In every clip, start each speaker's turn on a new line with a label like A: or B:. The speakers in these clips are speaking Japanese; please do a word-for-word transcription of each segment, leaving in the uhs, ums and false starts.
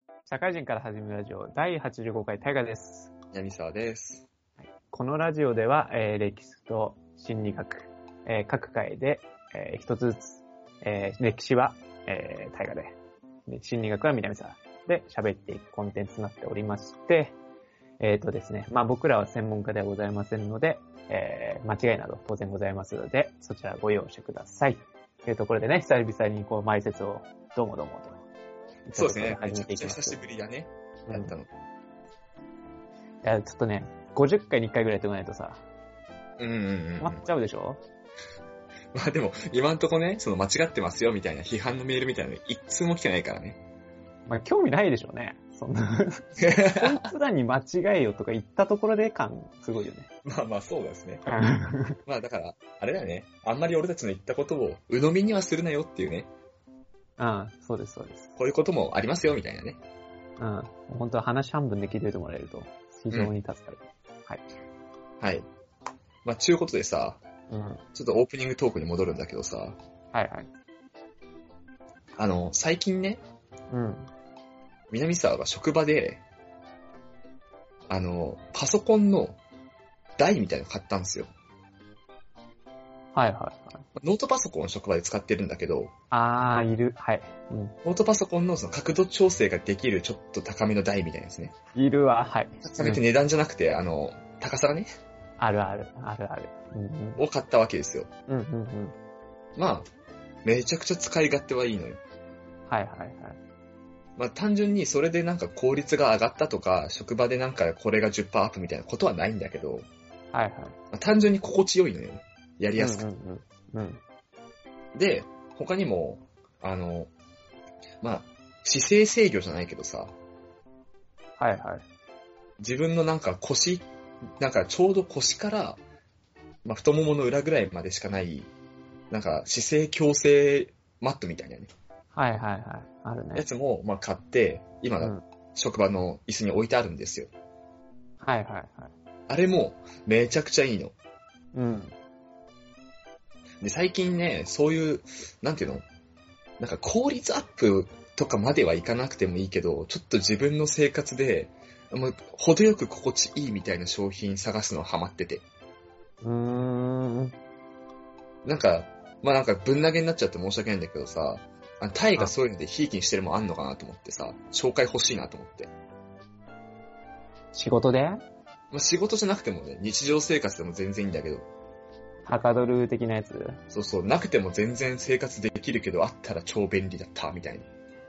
A: 社会人から始めるラジオだいはちじゅうごかい大河です。
B: 闇沢です。
A: このラジオでは、えー、歴史と心理学、えー、各回で、えー、一つずつ、えー、歴史は、えー、大河で、で心理学は南沢で喋っていくコンテンツになっておりまして、えっとですね、まあ僕らは専門家ではございませんので、えー、間違いなど当然ございますので、そちらご容赦ください。というところでね、久々にこう前説をどうもどうもと。
B: そうですね。めちゃくちゃ久しぶりだね。やったの。い
A: や、ちょっとね、ごじゅっかいにいっかいぐらいやってこないとさ、
B: うんうんうん。
A: 止まっちゃうでしょ？
B: まあでも、今んとこね、その間違ってますよみたいな批判のメールみたいなの一通も来てないからね。
A: まあ興味ないでしょうね。そんな。こいつらに間違えよとか言ったところで感すごいよね。
B: まあまあそうですね。まあだから、あれだよね。あんまり俺たちの言ったことを鵜呑みにはするなよっていうね。
A: ああ、そうですそうです。
B: こういうこともありますよみたいなね。
A: うん。本当は話半分で聞いててもらえると非常に助かる。うん、はい。
B: はい。まあ、ちゅうことでさ、
A: うん、
B: ちょっとオープニングトークに戻るんだけどさ、
A: はいはい。
B: あの、最近ね、
A: うん。
B: 南沢が職場で、あの、パソコンの台みたいなの買ったんですよ。
A: はいはいはい。
B: ノートパソコンを職場で使ってるんだけど、
A: あー、いる。はい。うん、
B: ノートパソコンのその角度調整ができるちょっと高めの台みたいなですね。
A: いるわ、はい。
B: 高めって値段じゃなくて、うん、あの、高さがね。
A: あるある、あるある。
B: うんうん、を買ったわけですよ。
A: うんうんうん。
B: まあ、めちゃくちゃ使い勝手はいいのよ。
A: はいはいはい。
B: まあ単純にそれでなんか効率が上がったとか、職場でなんかこれが じゅっパーセント アップみたいなことはないんだけど、
A: はいはい。
B: まあ、単純に心地よいのよ。やりやすくて。
A: うんうんうんうん、
B: で、他にも、あの、まあ、姿勢制御じゃないけどさ、
A: はいはい。
B: 自分のなんか腰、なんかちょうど腰から、まあ、太ももの裏ぐらいまでしかない、なんか姿勢矯正マットみたいなね。
A: はいはいはい。あるね。
B: やつも、まあ、買って、今、うん、職場の椅子に置いてあるんですよ。
A: はいはいはい。あ
B: れも、めちゃくちゃいいの。
A: うん。
B: で、最近ね、そういう、なんていうの？なんか効率アップとかまではいかなくてもいいけど、ちょっと自分の生活で、もう程よく心地いいみたいな商品探すのハマってて。
A: うーん。
B: なんか、まあなんかぶん投げになっちゃって申し訳ないんだけどさ、あのタイがそういうのでひいきにしてるもんあんのかなと思ってさ、紹介欲しいなと思って。
A: 仕事で？
B: まあ仕事じゃなくてもね、日常生活でも全然いいんだけど。
A: はかどる的なやつ？
B: そうそう、なくても全然生活できるけど、あったら超便利だった、みたいな。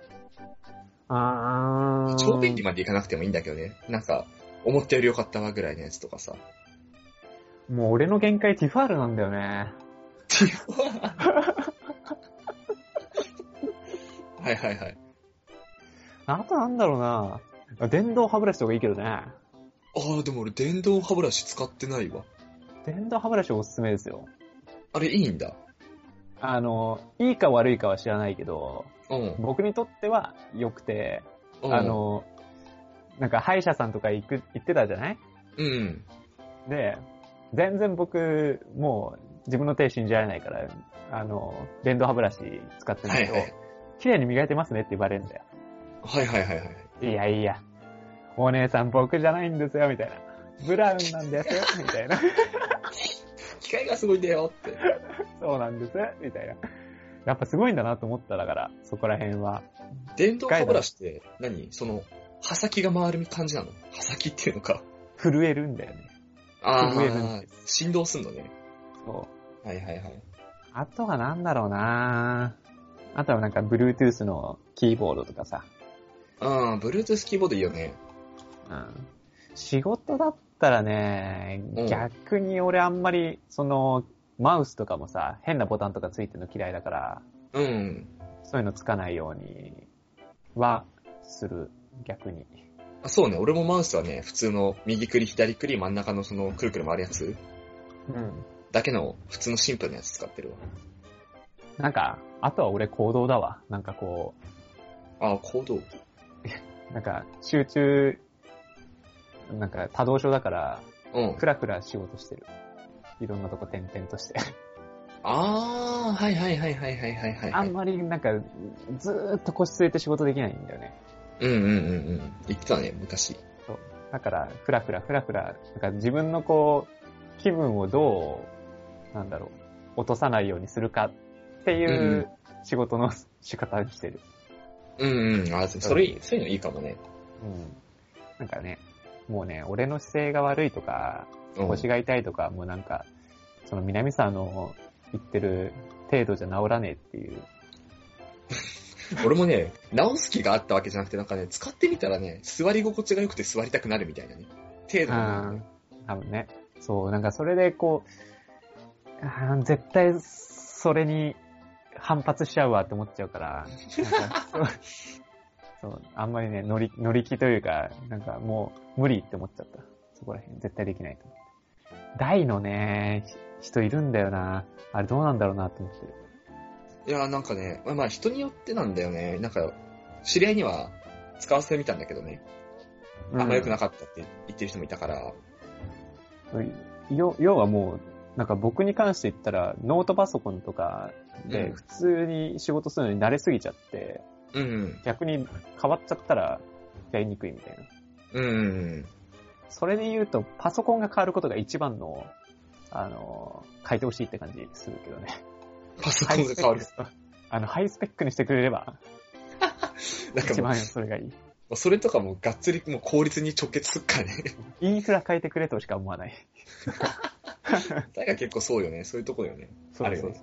A: あー。
B: 超便利までいかなくてもいいんだけどね。なんか、思ったより良かったわぐらいのやつとかさ。
A: もう俺の限界ティファールなんだよね。
B: ティファールはいはいはい。
A: あとなんだろうな。電動歯ブラシとかいいけどね。あ
B: あ、でも俺電動歯ブラシ使ってないわ。
A: 電動歯ブラシおすすめですよ。
B: あれいいんだ。
A: あの、いいか悪いかは知らないけど、
B: うん、
A: 僕にとっては良くて、うん、あの、なんか歯医者さんとか行く、行ってたじゃない？
B: うん。
A: で、全然僕、もう自分の手信じられないから、あの、電動歯ブラシ使ってるんだけど、はいはい、綺麗に磨いてますねって言われるんだよ。
B: はいはいはいはい。
A: いやいや、お姉さん僕じゃないんですよ、みたいな。ブラウンなんですよ、みたいな。
B: 機械がすごいんだよって。
A: そうなんです、みたいな。やっぱすごいんだなと思っただから、そこら辺は。
B: 電動歯ブラシって何、その、刃先が回る感じなの？刃先っていうのか。
A: 震えるんだよね。
B: ああ、振動すんのね。
A: そう。
B: はいはいはい。
A: あとはなんだろうなあとはなんか、Bluetooth のキーボードとかさ。
B: うん、Bluetooth キーボードいいよね。
A: うん。仕事だったらね、うん、逆に俺あんまり、その、マウスとかもさ、変なボタンとかついてるの嫌いだから、
B: うん。
A: そういうのつかないようにはする、逆に。
B: あ、そうね、俺もマウスはね、普通の右クリ、左クリ、真ん中のそのくるくる回るやつ、
A: うん。だ
B: けの普通のシンプルなやつ使ってるわ。
A: なんか、あとは俺行動だわ。なんかこ
B: う。ああ、行動
A: なんか、集中、なんか多動症だから、うん。クラクラ仕事してる。いろんなとこ点々として。
B: ああ、はいはいはいはいはいはいはい。
A: あんまりなんか、ずーっと腰据えて仕事できないんだよね。
B: うんうんうんうん。言ってたね、昔。
A: そう。だから、ふらふらふらふら、なんか自分のこう、気分をどう、なんだろう、落とさないようにするかっていう仕事の仕方にしてる。
B: うんうん。あ、それ、そういうのいいかもね。
A: うん。なんかね、もうね、俺の姿勢が悪いとか、
B: うん
A: 腰が痛いとか、もうなんか、その南沢の言ってる程度じゃ治らねえっていう。
B: 俺もね、直す気があったわけじゃなくて、なんかね、使ってみたらね、座り心地が良くて座りたくなるみたいなね。程度のね。
A: 多分ね。そう、なんかそれでこう、あ絶対それに反発しちゃうわって思っちゃうから、なんかそう、そう、あんまりね、乗り、乗り気というか、なんかもう無理って思っちゃった。そこら辺。絶対できないと思って。大のね、人いるんだよな。あれどうなんだろうなって思ってる。
B: いや、なんかね、まあまあ人によってなんだよね。なんか、知り合いには使わせてみたんだけどね。あんま良くなかったって言ってる人もいたから。
A: うん、要要はもう、なんか僕に関して言ったら、ノートパソコンとかで普通に仕事するのに慣れすぎちゃって、
B: うんうん、
A: 逆に変わっちゃったらやりにくいみたいな。
B: うんうん、
A: それで言うと、パソコンが変わることが一番の、あの、変えてほしいって感じするけどね。
B: パソコンが変わる。
A: あの、ハイスペックにしてくれれば、
B: なんか
A: 一番それがいい。
B: それとかもがっつりもう効率に直結すっからね。
A: インフラ変えてくれとしか思わない。
B: 大が結構そうよね。そういうとこだよね。
A: そうそうそう。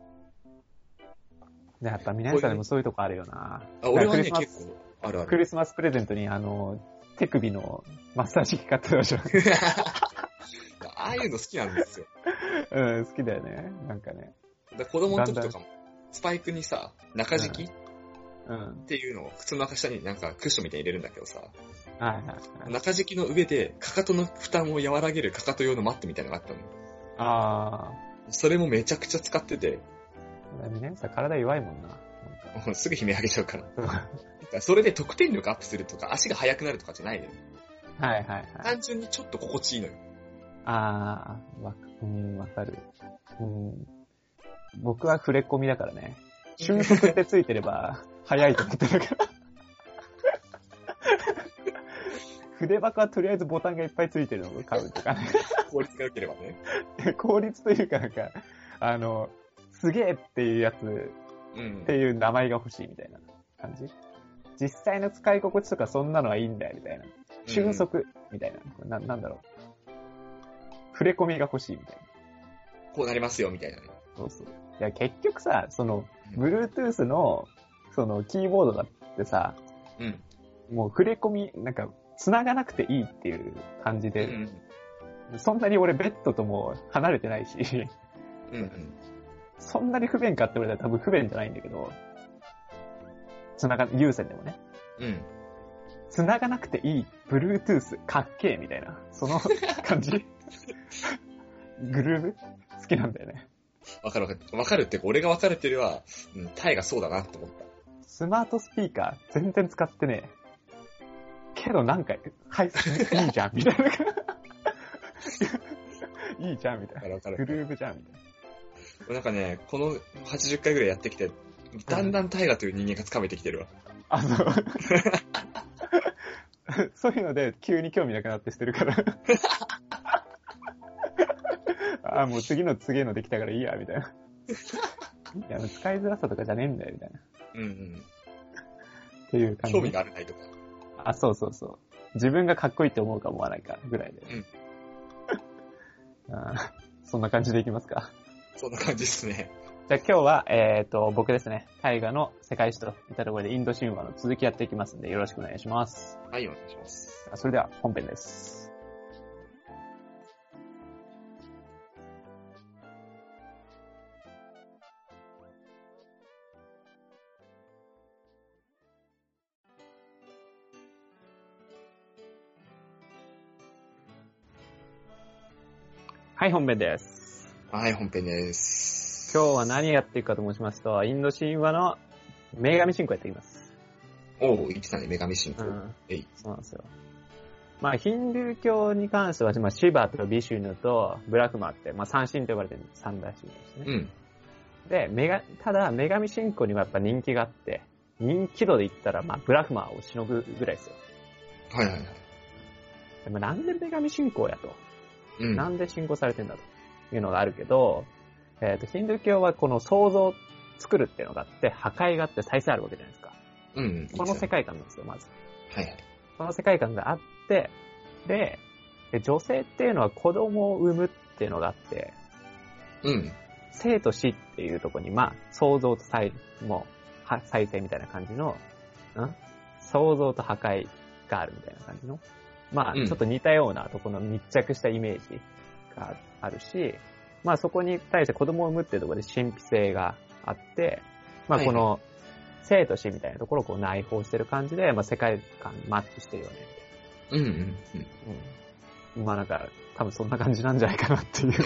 A: で、やっぱ皆さんでもそういうとこあるよな。
B: あ、俺はね、結構あるある。
A: クリスマスプレゼントに、あの、手首のマッサージ機買ってたでしょ。
B: ああいうの好きなんですよ。
A: うん、好きだよね。なんかね。
B: だ子供の時とかも、スパイクにさ、中敷き、
A: うん、
B: っていうのを靴の下になんかクッションみたいに入れるんだけどさ。
A: はいはいはい、
B: 中敷きの上で、かかとの負担を和らげるかかと用のマットみたいなのがあったの。
A: ああ。
B: それもめちゃくちゃ使ってて。
A: 皆さん体弱いもんな。
B: なんかすぐ悲鳴上げちゃうから。それで得点力アップするとか、足が速くなるとかじゃないのよ。
A: はいはいはい。
B: 単純にちょっと心地いいのよ。
A: ああ、わ、うん、わかる。うん。僕は触れ込みだからね。瞬足ってついてれば、早いと思ってるから。筆箱はとりあえずボタンがいっぱいついてるのを買うとかね。
B: 効率が良ければね。
A: 効率というかなんか、あの、すげえっていうやつ、うん、っていう名前が欲しいみたいな感じ。実際の使い心地とかそんなのはいいんだよみたいな。瞬足みたいな。な、なんだろう。触れ込みが欲しいみたいな。
B: こうなりますよみたいなね。
A: そうそう。いや結局さ、その、Bluetooth の、その、キーボードだってさ、うん、もう触れ込み、なんか、繋がなくていいっていう感じで、うんうん、そんなに俺ベッドとも離れてないし、うんうん、そんなに不便かって言われたら多分不便じゃないんだけど、繋が、有線でもね。うん。繋がなくていい Bluetooth かっけーみたいな、その感じグルーヴ好きなんだよね。
B: わかるわかる。わかるっていうか、俺がわかるっていうよりは、うん、タイがそうだなって思った。
A: スマートスピーカー全然使ってねえ。けどなんか、はい、いいじゃん、みたいな。いいじゃん、みたいな。グルーヴじゃん、みたい
B: な。なんかね、このはちじゅっかいぐらいやってきて、だんだんタイガという人間がつかめてきてるわ。
A: あ、そう。そういうので、急に興味なくなってしてるから。あ、もう次の次のできたからいいや、みたいな。いや、使いづらさとかじゃねえんだよ、みたいな。うんうん。っていう感じ。
B: 興味があるないとか。
A: あ、そうそうそう。自分がかっこいいって思うか思わないかぐらいで。うん。あ、そんな感じでいきますか。
B: そんな感じですね。
A: じゃあ今日は、えっと、僕ですね。大河の世界史といったところでインド神話の続きやっていきますんで、よろしくお願いします。
B: はい、お願いします。
A: それでは本編です。はい、本編です。
B: はい、本編です。
A: 今日は何やっていくかと申しますと、インド神話の女神信仰やっていきます。
B: おお、言ってたね、女神信仰。うん、えい。
A: そうなんですよ。まあ、ヒンドゥー教に関しては、まあ、シバとビシュヌとブラクマって、まあ、三神と呼ばれてる三大神ですね。うん。で、女神、ただ、女神信仰にはやっぱ人気があって、 人気度で言ったら、まあ、ブラフマーをしのぐぐらいですよ。
B: はいはいはい。
A: でもなんで女神信仰やと。
B: うん。
A: なんで信仰されてんだというのがあるけど、えっ、と、ヒンドゥー教はこの創造、作るっていうのがあって、破壊があって再生あるわけじゃないですか。
B: うん。
A: この世界観なんですよ、まず。
B: はいはい。
A: この世界観があって、で、で女性っていうのは子供を産むっていうのがあって、
B: うん。
A: 生と死っていうところに、まあ、創造と再、もう、は再生みたいな感じの、ん創造と破壊があるみたいな感じの、まあ、
B: うん
A: ちょっと似たようなところの密着したイメージがあるし、まあそこに対して子供を産むっていうところで神秘性があって、まあこの生と死みたいなところをこう内包してる感じで、まあ世界観にマッチしてるよね。
B: うんうんうん。
A: うん。まあなんか、多分そんな感じなんじゃないかなっていう。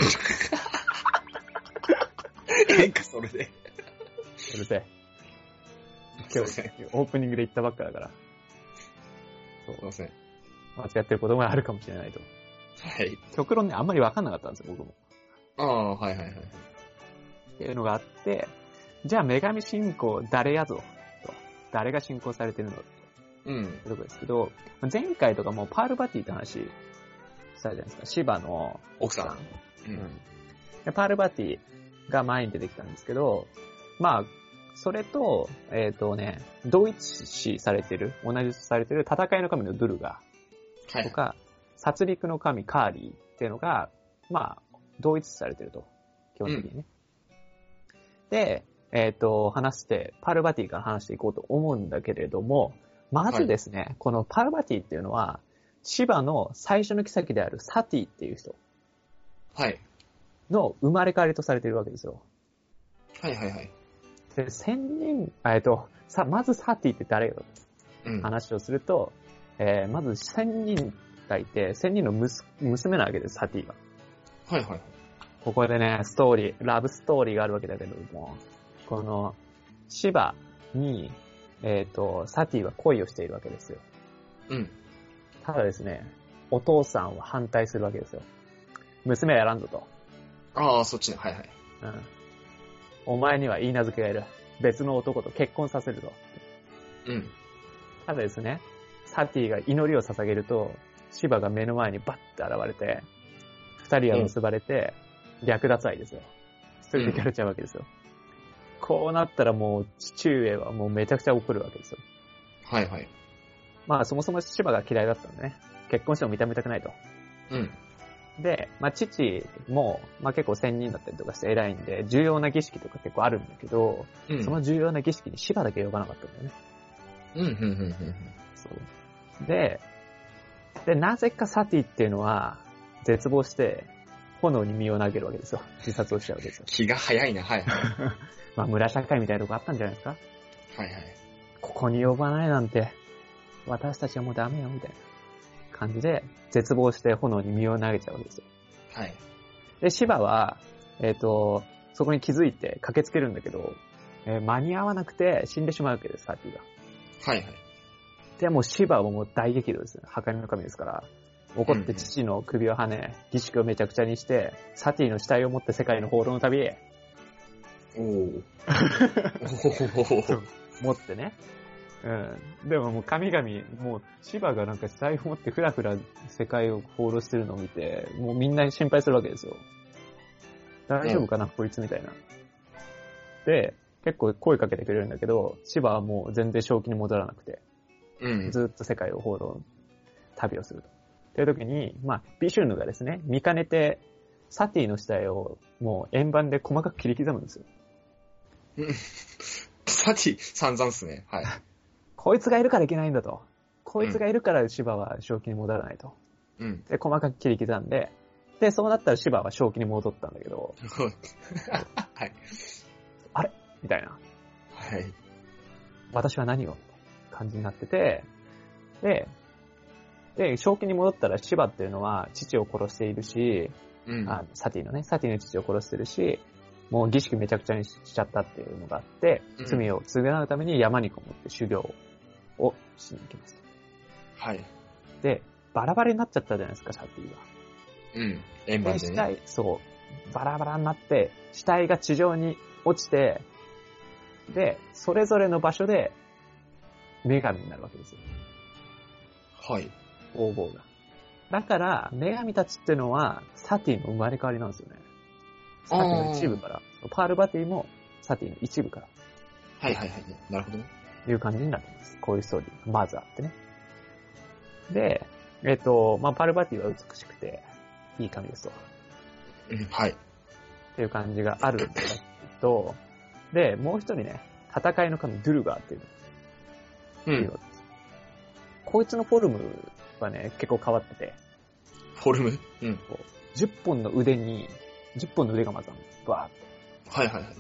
B: 変か、それで。
A: うるせえ。今日、オープニングで言ったばっかだから。そう。
B: すいません。
A: 間違ってることがあるかもしれないと。
B: はい。
A: 極論ね、あんまりわかんなかったんですよ、僕も。
B: ああ、はいはいはい。
A: っていうのがあって、じゃあ女神信仰誰やぞと。誰が信仰されてるのと。
B: うん。
A: いうとこですけど、前回とかもパールバティって話したじゃないですか。シバの
B: 奥さん。
A: うん。でパールバティが前に出てきたんですけど、まあ、それと、えっ、とね、同一視されてる、同じとされてる戦いの神のドゥルガ
B: はい。
A: とか、殺戮の神カーリーっていうのが、まあ、同一視されてると。基本的にね。で、えっ、と、話して、パールバティから話していこうと思うんだけれども、まずですね、このパールバティっていうのは、シバの最初の妃であるサティっていう人
B: はい。
A: の生まれ変わりとされているわけですよ。
B: はいはいはい。
A: で、千人、えっと、さ、まずサティって誰よ
B: うん。
A: 話をすると、えー、まず千人がいて、千人のむす娘なわけです、サティが。
B: はいはい。
A: ここでね、ストーリー、ラブストーリーがあるわけだけども、この、シバに、えっ、と、サティは恋をしているわけですよ。
B: うん。
A: ただですね、お父さんは反対するわけですよ。娘はやらんぞと。
B: ああ、そっちね。はいはい。
A: うん。お前には言い名付けがいる。別の男と結婚させるぞ。
B: うん。
A: ただですね、サティが祈りを捧げると、シバが目の前にバッて現れて、二人は結ばれて、略奪愛ですよ。一人でキャルちゃうわけですよ。うん、こうなったらもう、父上はもうめちゃくちゃ怒るわけですよ。
B: はいはい。
A: まあそもそもシバが嫌いだったんでね、結婚しても認めたくないと。
B: うん。
A: で、まあ父も、まあ結構仙人だったりとかして偉いんで、重要な儀式とか結構あるんだけど、うん、その重要な儀式にシバだけ呼ばなかったんだよね。
B: うん、うん、うん、うん。
A: そう。で、で、なぜかサティっていうのは、絶望して、炎に身を投げるわけですよ。自殺をしちゃうわけですよ。
B: 気が早いな、はい。
A: まあ村社会みたいなとこあったんじゃないですか。
B: はいはい。
A: ここに呼ばないなんて、私たちはもうダメよ、みたいな感じで、絶望して炎に身を投げちゃうわけですよ。
B: はい。
A: で、シバは、えっ、ー、と、そこに気づいて駆けつけるんだけど、えー、間に合わなくて死んでしまうわけです、サティが。
B: はいはい。
A: で、もうシバはもう大激怒ですよ。破壊の神ですから。怒って父の首を跳ね、儀式をめちゃくちゃにして、サティの死体を持って世界の放浪の旅へ。
B: おー。
A: 持ってね。うん。でももう神々、もうシバがなんか死体を持ってふらふら世界を放浪してるのを見て、もうみんな心配するわけですよ。大丈夫かな、うん、こいつみたいな。で、結構声かけてくれるんだけど、シバはもう全然正気に戻らなくて、うん、ずっと世界を放浪、旅をすると。という時に、まあ、ビシュヌがですね、見かねて、サティの死体をもう円盤で細かく切り刻むんですよ。
B: サティ、散々っすね。はい。
A: こいつがいるからいけないんだと。こいつがいるからシバは正気に戻らないと。
B: うん。
A: で、細かく切り刻んで、で、そうなったらシバは正気に戻ったんだけど。
B: はい。
A: あれみたいな。
B: はい。
A: 私は何をみたいな感じになってて、で、で、正気に戻ったらシバっていうのは父を殺しているし、うん、あサティのね、サティの父を殺してるし、もう儀式めちゃくちゃにしちゃったっていうのがあって、うん、罪を償うために山にこもって修行をしに行きます。
B: はい。
A: で、バラバラになっちゃったじゃないですか、サティは。
B: うん。円盤でね。
A: 死体、そう。バラバラになって、死体が地上に落ちて、で、それぞれの場所で女神になるわけですよ。
B: はい。
A: 皇后が。だから、女神たちってのは、サティの生まれ変わりなんですよね。サティの一部から。パールバティもサティの一部から。
B: はいはいはい。なるほどね。
A: いう感じになってます。こういうストーリーがまずあってね。で、えっ、と、まあ、パールバティは美しくて、いい髪ですと。
B: うん、はい。
A: っていう感じがあるんだけど、で、もう一人ね、戦いの神ドゥルガーっていうの。
B: うん。
A: こいつのフォルムはね、結構変わってて。
B: フォルムうん。
A: じゅっぽんの腕に、じゅっぽんの腕がまずあるんです。バーって。
B: はいはいはい。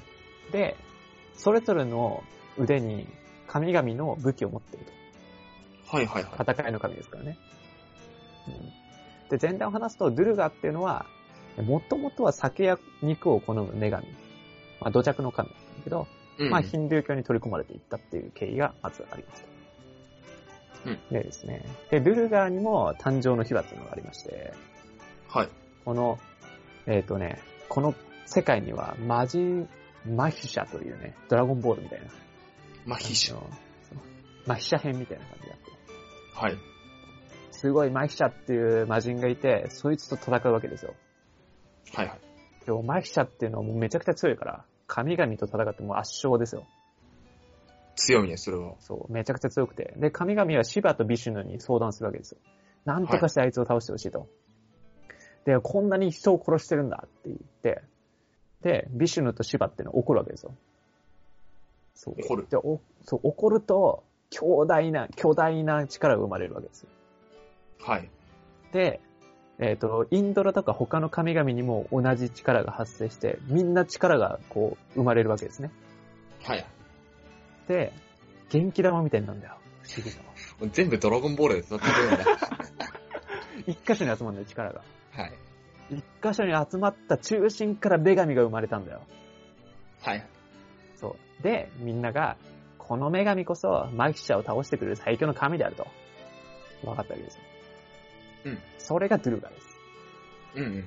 A: で、それぞれの腕に神々の武器を持っていると。
B: はいはいはい。
A: 戦いの神ですからね。うん、で、前段を話すと、ドゥルガーっていうのは、もともとは酒や肉を好む女神。まあ、土着の神なんだけど、うん、まあ、ヒンドゥー教に取り込まれていったっていう経緯がまずあります。うん、でですね。で、ドゥルガーにも誕生の秘話っていうのがありまして、
B: はい。
A: この、えっ、ー、とね、この世界にはマジ、マヒシャというね、ドラゴンボールみたいな。
B: マヒシャ
A: マヒシャ編みたいな感じがあって。
B: はい。
A: すごいマヒシャっていう魔人がいて、そいつと戦うわけですよ。
B: はいはい。
A: でもマヒシャっていうのはもうめちゃくちゃ強いから、神々と戦ってもう圧勝ですよ。
B: 強いね、それは。
A: そう、めちゃくちゃ強くて。で、神々はシバとビシュヌに相談するわけですよ。なんとかしてあいつを倒してほしいと。はい、で、こんなに人を殺してるんだって言って、で、ビシュヌとシバっていうのは怒るわけですよ。そう。
B: 怒る。
A: で、お、そう、怒ると、強大な、巨大な力が生まれるわけですよ。
B: はい。
A: で、えっと、インドラとか他の神々にも同じ力が発生して、みんな力がこう、生まれるわけですね。
B: はい。
A: で、元気玉みたいになるんだよ。不思議
B: な。全部ドラゴンボールで戦ってるんだ。
A: 一箇所に集まるんだよ、力が。
B: はい。
A: 一箇所に集まった中心から女神が生まれたんだよ。
B: はい。
A: そう。で、みんなが、この女神こそ、マキシャを倒してくれる最強の神であると。分かったわけですよ。
B: うん。
A: それがドゥルガです。
B: うんうん。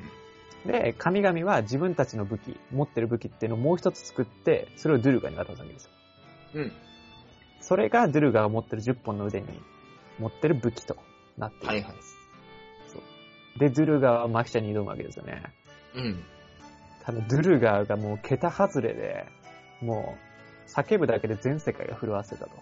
A: で、神々は自分たちの武器、持ってる武器っていうのをもう一つ作って、それをドゥルガに渡すわけですよ。
B: うん。
A: それがドゥルガが持ってるじゅっぽんの腕に持ってる武器となっている。
B: はいはい。
A: そう。で、ドゥルガはマキシャに挑むわけですよね。
B: うん。
A: ただ、ドゥルガがもう桁外れで、もう、叫ぶだけで全世界が震わせたと。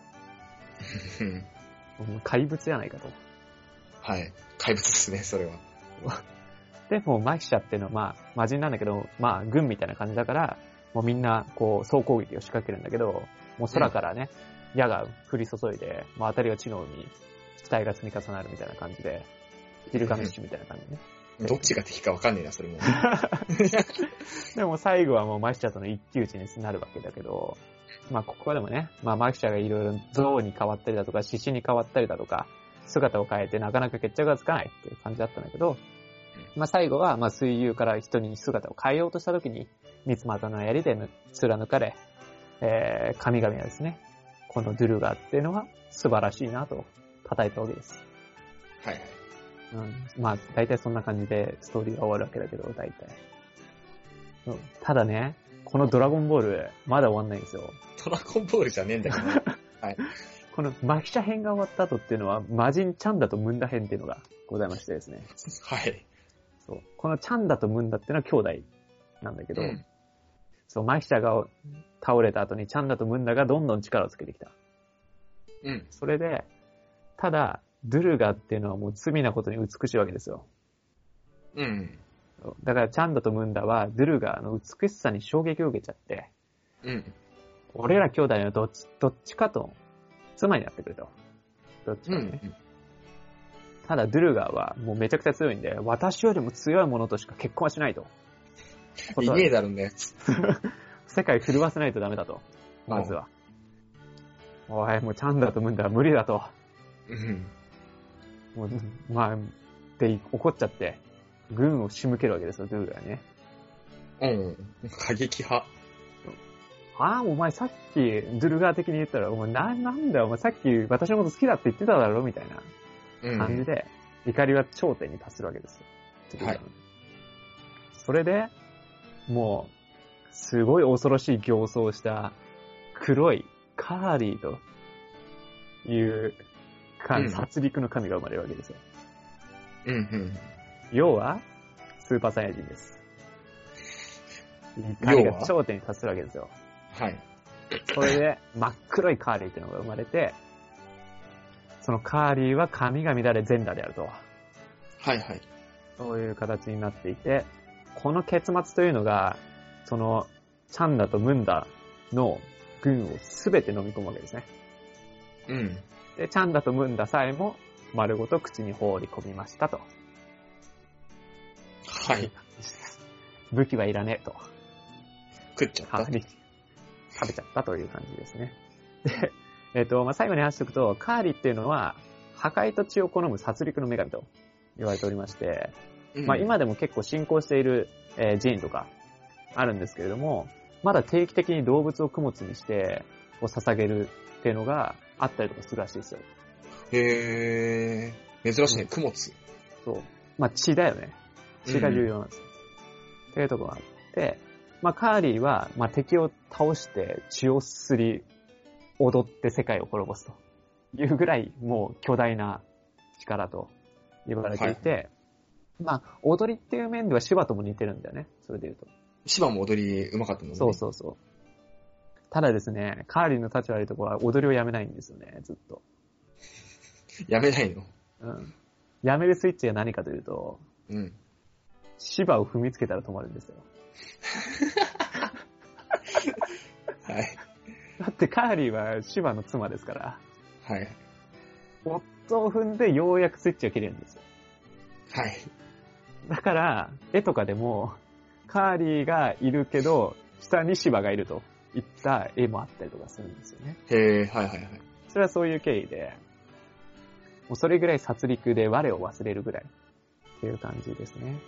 A: もう怪物やないかと。
B: はい。怪物ですね、それは。
A: で、もうマキシャっていうのはまあ、魔人なんだけど、まあ、軍みたいな感じだから、もうみんな、こう、総攻撃を仕掛けるんだけど、もう空からね、うん、矢が降り注いで、もう当たりは地の海、機体が積み重なるみたいな感じで、ギルガメッシュみたいな感じね。
B: どっちが敵かわかんねえな、それも。
A: でも最後はもうマキシャとの一騎打ちになるわけだけど、まあここでもね、まあマキシャがいろいろ象に変わったりだとか、獅子に変わったりだとか、姿を変えてなかなか決着がつかないっていう感じだったんだけど、まあ最後はまあ水牛から人に姿を変えようとした時に、三つ股の槍で貫かれ、えー、神々はですね、このドゥルガっていうのは素晴らしいなと叩いたわけです。
B: はいはい。
A: うん、まあ大体そんな感じでストーリーが終わるわけだけど、大体。うん、ただね、このドラゴンボール、まだ終わんないんですよ。
B: ドラゴンボールじゃねえんだけど。はい。
A: このマキシャ編が終わった後っていうのは、魔人チャンダとムンダ編っていうのがございましてですね。
B: はい。
A: そう。このチャンダとムンダっていうのは兄弟なんだけど、うん、そう、マキシャが倒れた後にチャンダとムンダがどんどん力をつけてきた。
B: うん。
A: それで、ただ、ドゥルガっていうのはもう罪なことに美しいわけですよ。
B: うん。
A: だからチャンダとムンダはドゥルガの美しさに衝撃を受けちゃって、
B: うん。
A: 俺ら兄弟のどっち、どっちかと妻になってくれと。どっちかね。うん、ただドゥルガはもうめちゃくちゃ強いんで、私よりも強い者としか結婚はしないと。
B: いねえだろうね。
A: 世界震わせないとダメだと。まずは。おい、もうチャンダとムンダは無理だと。
B: うん。
A: もう、まあ、で、怒っちゃって、軍を仕向けるわけですよ、ドゥルガはね。
B: うん。過激派。
A: ああ、お前さっき、ドゥルガー的に言ったら、お前な、なんだよ、お前さっき私のこと好きだって言ってただろみたいな感じで、うん、怒りは頂点に達するわけですよ。はい。それで、もう、すごい恐ろしい形相をした、黒いカーリーという神、
B: うん、
A: 殺戮の神が生まれるわけですよ。
B: うん、うん。
A: 要は、スーパーサイヤ人です。神が頂点に達するわけですよ。
B: はい。
A: それで、真っ黒いカーリーっていうのが生まれて、そのカーリーは髪が乱れ全裸であると。
B: はいはい。
A: そういう形になっていて、この結末というのが、その、チャンダとムンダの軍をすべて飲み込むわけですね。
B: うん。
A: で、チャンダとムンダさえも丸ごと口に放り込みましたと。
B: はい。
A: 武器はいらねえと。
B: 食っちゃった。
A: 食べちゃったという感じですね。で、えっ、ー、と、まあ、最後に話しておくと、カーリっていうのは、破壊と血を好む殺戮の女神と言われておりまして、うん、まあ、今でも結構信仰している、えー、寺院とかあるんですけれども、まだ定期的に動物を供物にして、こう捧げるっていうのがあったりとかするらしいですよ。
B: へー。珍しいね、供物。
A: そう。まあ、血だよね。血が重要なんですよ。うん、っていうところがあって、まあ、カーリーは、まあ、敵を倒して血をすり、踊って世界を滅ぼすというぐらい、もう巨大な力と言われていて、はい、まあ、踊りっていう面ではシバとも似てるんだよね。それで言うと。
B: シバも踊り上手かったのね。
A: そうそうそう。ただですね、カーリーの立ち悪いところは踊りをやめないんですよね、ずっと。
B: やめないの？
A: うん。やめるスイッチが何かというと、
B: うん。
A: シバを踏みつけたら止まるんですよ。
B: はい。
A: だってカーリーはシバの妻ですから。
B: はい。
A: 夫を踏んでようやくスイッチが切れるんですよ。
B: はい。
A: だから、絵とかでも、カーリーがいるけど、下にシバがいるといった絵もあったりとかするんですよね。
B: へー、はいはいはい。
A: それはそういう経緯で、もうそれぐらい殺戮で我を忘れるぐらいっていう感じですね。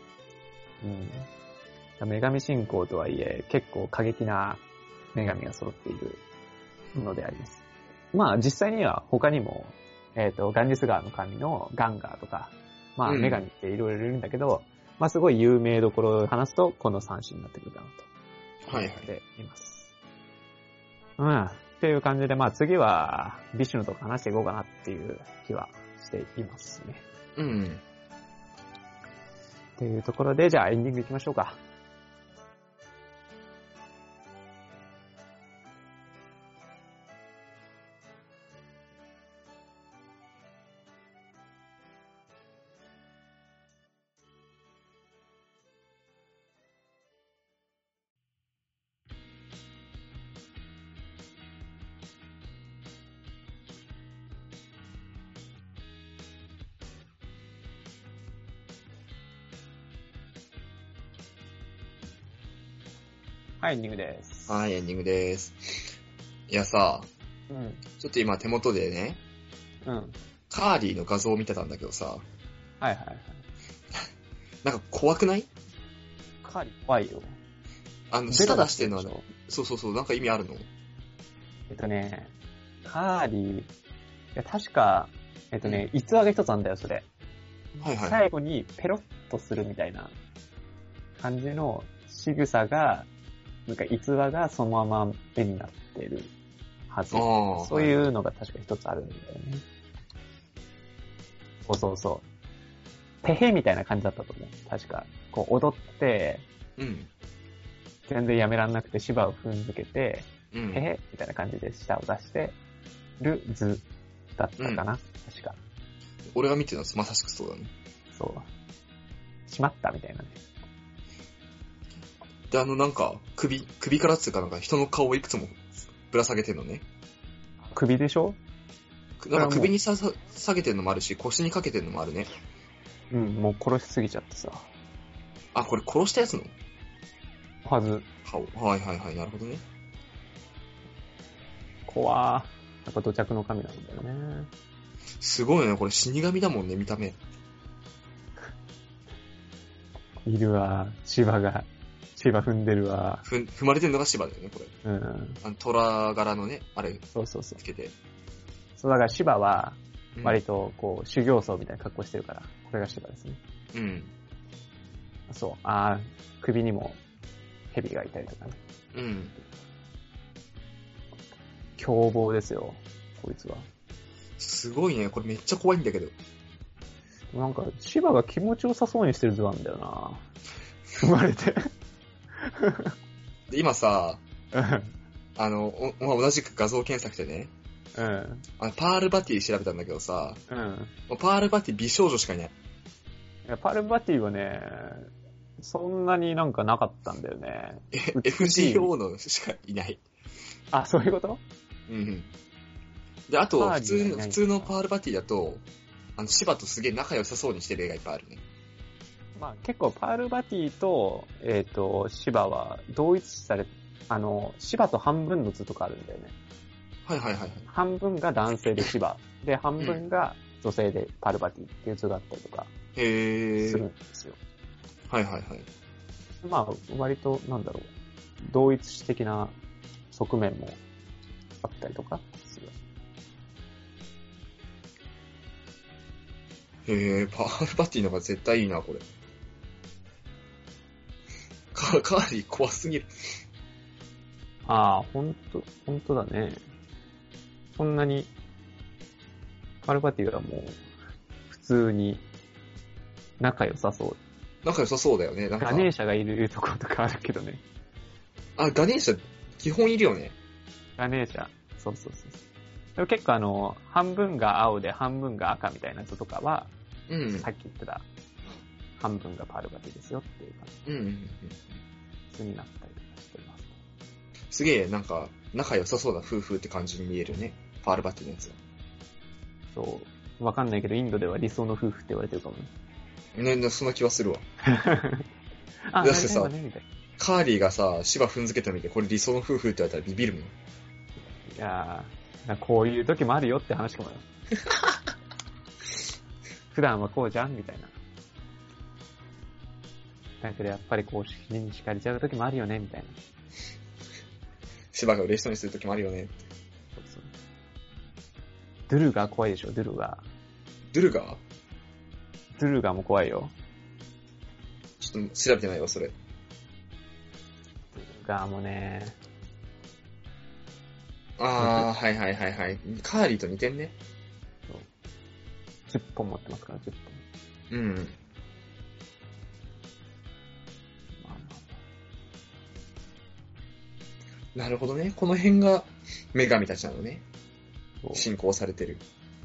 A: うん。女神信仰とはいえ、結構過激な女神が揃っているのであります。まあ実際には他にも、えっと、ガンジス川の神のガンガーとか、まあ女神っていろいろいるんだけど、うん、まあすごい有名どころを話すと、この三種になってくるかなと。
B: はいはい。
A: ています。うん。っていう感じで、まあ次は、ビシュヌとか話していこうかなっていう気はしていますね。
B: うん。
A: っていうところで、じゃあエンディングいきましょうか。はい、エンディングです。
B: はい、エンディングです。いやさ、
A: うん。
B: ちょっと今手元でね、
A: うん。
B: カーリーの画像を見てたんだけどさ、
A: はいはいはい。
B: なんか怖くない？
A: カーリー怖いよ。
B: あの、舌出してんのは、そうそうそう、なんか意味あるの？
A: えっとね、カーリー、いや確か、えっとね、逸話が一つあんだよ、それ。
B: はいはい。
A: 最後にペロッとするみたいな感じの仕草が、なんか逸話がそのまま絵になってるはず。そういうのが確か一つあるんだよね。そうそうそう。てへみたいな感じだったと思う。確か。こう踊って、
B: うん。
A: 全然やめらんなくて芝を踏んづけて、
B: うん、
A: へへみたいな感じで舌を出してる図だったかな、うん、確か。
B: 俺が見てるのはまさしくそうだね。
A: そう。しまったみたいなね。
B: で、あのなんか、首、首からつうかなんか人の顔をいくつもぶら下げてるのね。
A: 首でしょ？
B: なんか首にさ下げてるのもあるし、腰にかけてるのもあるね。
A: うん、もう殺しすぎちゃってさ。
B: あ、これ殺したやつの？
A: はず。
B: はいはいはい、なるほどね。
A: 怖ー。やっぱ土着の神なんだよね。
B: すごいね、これ死神だもんね、見た目。
A: いるわ、芝が。芝踏んでるわ。
B: ふ踏まれてるのが芝だよね、これ。
A: うん。
B: あの、虎柄のね、あれ、
A: そうそうそう。
B: つけて。
A: そう、だから芝は、割と、こう、修行僧みたいな格好してるから、これが芝ですね。
B: うん。
A: そう、あー、首にも、蛇がいたりとかね。
B: うん。
A: 凶暴ですよ、こいつは。
B: すごいね。これめっちゃ怖いんだけど。
A: なんか、芝が気持ちよさそうにしてる図なんだよな。生まれて。
B: で今さ、あの、おまあ、同じく画像検索でね、
A: うん。
B: あのパールバティ調べたんだけどさ、
A: うん。
B: もうパールバティ美少女しかいない。
A: いやパルバティはね、そんなになんかなかったんだよね。
B: え エフジーオー のしかいない。
A: あ、そういうこと？
B: うんうん。で、あと、
A: パー
B: 普通の、
A: リーはいない
B: 普通のパールバティだと、あの、芝とすげえ仲良さそうにしてる絵がいっぱいあるね。
A: まあ結構パールバティと、えっ、と、芝は同一視され、あの、芝と半分の図とかあるんだよね。
B: はいはいはいはい。
A: 半分が男性で芝。で、半分が女性でパールバティっていう図があったりとか
B: へー。
A: するんですよ。
B: はいはいはい。
A: まあ、割と、なんだろう、同一視的な側面もあったりとかする。
B: へー、パールバティの方が絶対いいな、これ。カカーリー怖すぎる。
A: ああ、ほんと、ほんとだね。そんなに、パールバティはもう、普通に仲良さそう。
B: 仲良さそうだよね。なんか。
A: ガネーシャがいるところとかあるけどね。
B: あ、ガネーシャ、基本いるよね。
A: ガネーシャ。そうそうそう。でも結構あの、半分が青で半分が赤みたいな図とかは、
B: うん。
A: さっき言ってた、半分がパールバティですよっていう感じ。
B: うんうんうん。
A: 図になったりとかしてます。
B: すげえ、なんか、仲良さそうな夫婦って感じに見えるね。パールバティのやつは。
A: そう。わかんないけど、インドでは理想の夫婦って言われてるかもね。
B: ね、そんな気はするわ。
A: あ、
B: だってさ
A: なりたいわねみたい
B: カーリーがさ、芝踏んづけたの見て、これ理想の夫婦って言われたらビビるもん。
A: な。いやー、なんかこういう時もあるよって話かもよ。普段はこうじゃんみたいな。だけどやっぱりこう、死に敷かれちゃう時もあるよねみたいな。
B: 芝が嬉しそうにする時もあるよね。
A: そうそう。ドゥルガー怖いでしょ、ドゥルガー。
B: ドゥルガー
A: ドゥルガーも怖いよ。
B: ちょっと調べてないわ、それ。
A: ドゥルガーもね、
B: あー、はいはいはいはい。カーリーと似てんね。
A: じゅっぽん持ってますから、じゅっぽん。
B: うん。
A: まあまあ
B: なるほどね。この辺が女神たちなのね。
A: そう
B: 信仰されてる。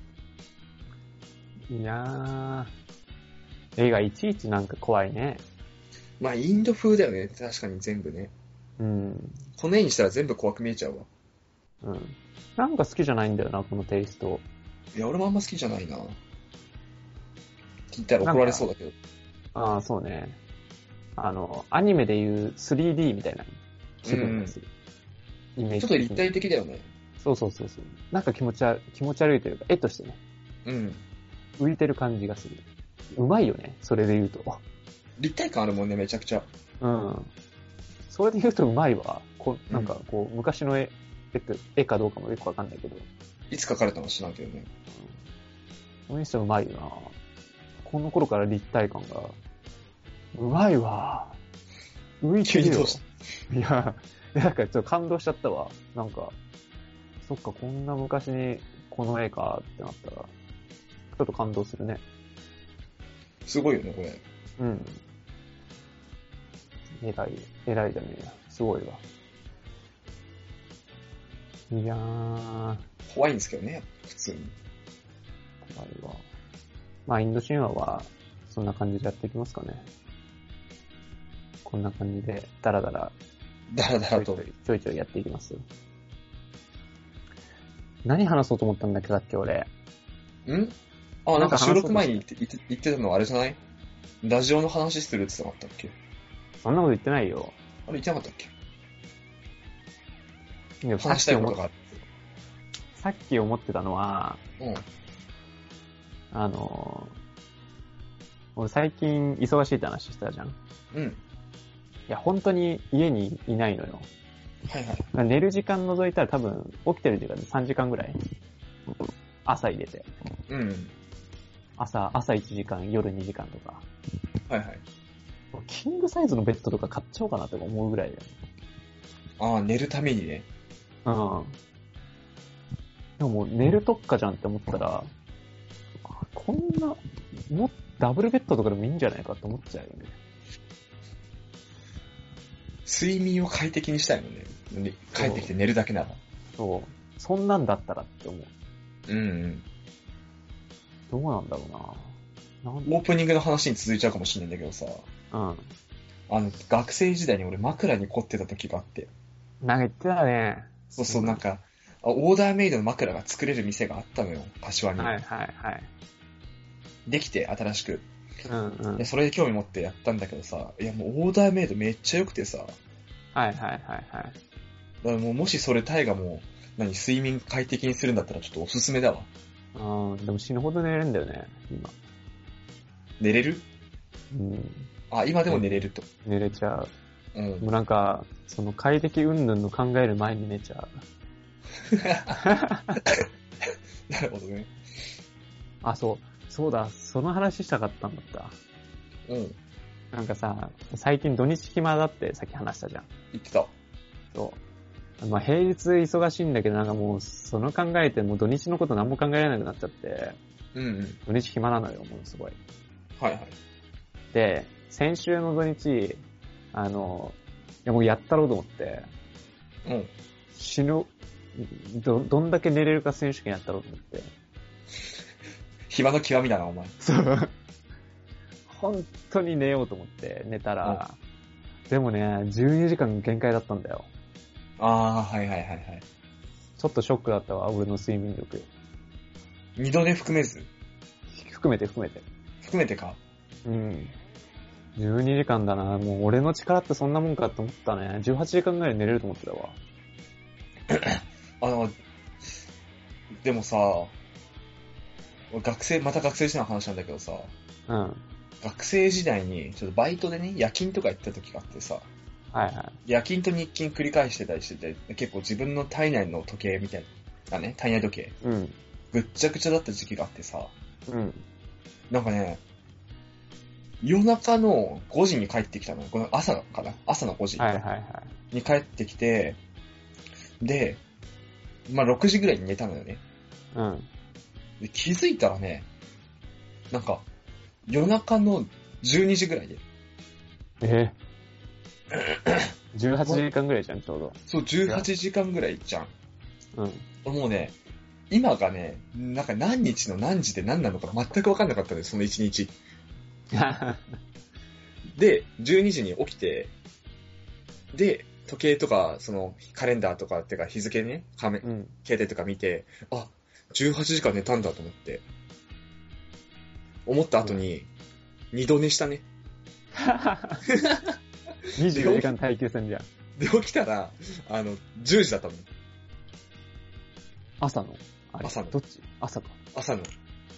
A: いやー、絵がいちいちなんか怖いね。
B: まあ、インド風だよね。確かに全部ね。
A: うん。
B: この絵にしたら全部怖く見えちゃうわ。
A: うん。なんか好きじゃないんだよな、このテイスト。
B: いや、俺もあんま好きじゃないな。聞いたら怒られそうだけど。
A: ああ、そうね。あの、アニメでいう スリーディー みたいな気分がする。イメージ
B: ちょっと立体的だよね。
A: そうそうそうそう。なんか気持ち悪い、気持ち悪いというか、絵としてね、
B: うん。
A: 浮いてる感じがする。うまいよね、それで言うと。
B: 立体感あるもんね、めちゃくちゃ。
A: うん。それで言うとうまいわ。こなんかこう、昔の絵、絵って絵かどうかもよくわかんないけど。
B: いつ描かれたのか知らんけどね。
A: それにしてもうまいよな。この頃から立体感が。うまいわ。浮いてるよ。いや、いやなんかちょっと感動しちゃったわ。なんか、そっか、こんな昔にこの絵かってなったら、ちょっと感動するね。
B: すごいよね、これ。
A: うん。偉い、偉いじゃねえや。すごいわ。いやー、
B: 怖いんですけどね、普通に。
A: 怖いわ。まあ、インド神話は、そんな感じでやっていきますかね。こんな感じで、ダラダラ、
B: だらだらと。
A: ちょいちょいちょいやっていきます。何話そうと思ったんだっけ、さっき俺。
B: んあ、なんか収録前に言って言って言ってたのはあれじゃない？ラジオの話するって言ってなかったっけ？
A: そんなこと言ってないよ。
B: あれ言ってなかったっけ？
A: でもさっ
B: 話したいこ
A: き思っ
B: とがある。
A: さっき思ってたのは、
B: うん。
A: あの、俺最近忙しいって話してたじゃん。い
B: うん。
A: や、本当に家にいないのよ。
B: はいはい。
A: 寝る時間除いたら多分、起きてる時間でさんじかんぐらい。朝入れて。
B: うん。
A: 朝、朝いちじかん、夜にじかんとか。
B: はいはい。
A: キングサイズのベッドとか買っちゃおうかなとか思うぐらいだよ。
B: ああ、寝るためにね。
A: うん。 でももう寝る特化じゃんって思ったら、こんな、もうダブルベッドとかでもいいんじゃないかって思っちゃうよね。
B: 睡眠を快適にしたいもんね。帰ってきて寝るだけなら。
A: そう。そんなんだったらって思う。
B: うんうん。
A: どうなんだろうな。なん
B: オープニングの話に続いちゃうかもしれないんだけどさ。
A: うん。
B: あの、学生時代に俺枕に凝ってた時があって。
A: なんか言ってたね。
B: そうそう、なんか、オーダーメイドの枕が作れる店があったのよ、柏に。
A: はいはいはい。
B: できて、新しく。
A: うんうん。
B: で、それで興味持ってやったんだけどさ、いやもうオーダーメイドめっちゃ良くてさ。
A: はいはいはいはい。
B: だからもうもしそれタイがもう、何、睡眠快適にするんだったらちょっとおすすめだわ。
A: ああ、でも死ぬほど寝れるんだよね、今。
B: 寝れる？
A: うん。
B: あ、今でも寝れると。
A: 寝れちゃう。
B: うん。
A: もうなんか、その快適云々の考える前に寝ちゃう。
B: なるほどね。
A: あ、そう。そうだ、その話したかったんだった。
B: うん。
A: なんかさ、最近土日暇だってさっき話したじゃん。
B: 言ってた。
A: そう。まあ平日忙しいんだけど、なんかもう、その考えてもう土日のこと何も考えられなくなっちゃって、
B: うんうん。
A: 土日暇なのよ、もうすごい。
B: はいはい。
A: で、先週の土日、あの、いやもうやったろうと思って、
B: うん。
A: 死ぬ、ど、どんだけ寝れるか選手権やったろうと思って。
B: 暇の極みだな、お前。
A: そう。本当に寝ようと思って寝たら、でもね、じゅうにじかん限界だったんだよ。
B: あー、はいはいはいはい。
A: ちょっとショックだったわ、俺の睡眠力。
B: 二度寝含めず
A: 含めて含めて。
B: 含めてか。
A: うん。じゅうにじかんだな。もう俺の力ってそんなもんかって思ったね。じゅうはちじかんぐらい寝れると思ってたわ。
B: あの、でもさ、学生、また学生時代の話なんだけどさ、
A: うん。
B: 学生時代に、ちょっとバイトでね、夜勤とか行った時があってさ、
A: はいはい。
B: 夜勤と日勤繰り返してたりしてて、結構自分の体内の時計みたいな、ね、体内時計、
A: うん。
B: ぐっちゃぐちゃだった時期があってさ、
A: うん。
B: なんかね、夜中のごじに帰ってきたのよ。この朝かな朝のごじ
A: はいはいはい。
B: に帰ってきて、で、まあろくじぐらいに寝たのよね。
A: うん。
B: で気づいたらね、なんか、夜中のじゅうにじぐらいで。
A: えじゅうはちじかんぐらいじゃん、ちょうど。
B: そう、じゅうはちじかんぐらいじゃん。
A: うん。
B: もうね、今がね、なんか何日の何時で何なのか全く分かんなかったんです、そのいちにち。で、じゅうにじに起きて、で、時計とか、その、カレンダーとかっていうか日付ね、カメ、
A: うん。
B: 携帯とか見て、あ、じゅうはちじかん寝たんだと思って。思った後に、二度寝したね。
A: にじゅうよじかん耐久戦じゃん。
B: で、起きたら、あの、じゅうじだったの。
A: 朝のあれ
B: 朝の
A: どっち朝か。
B: 朝の。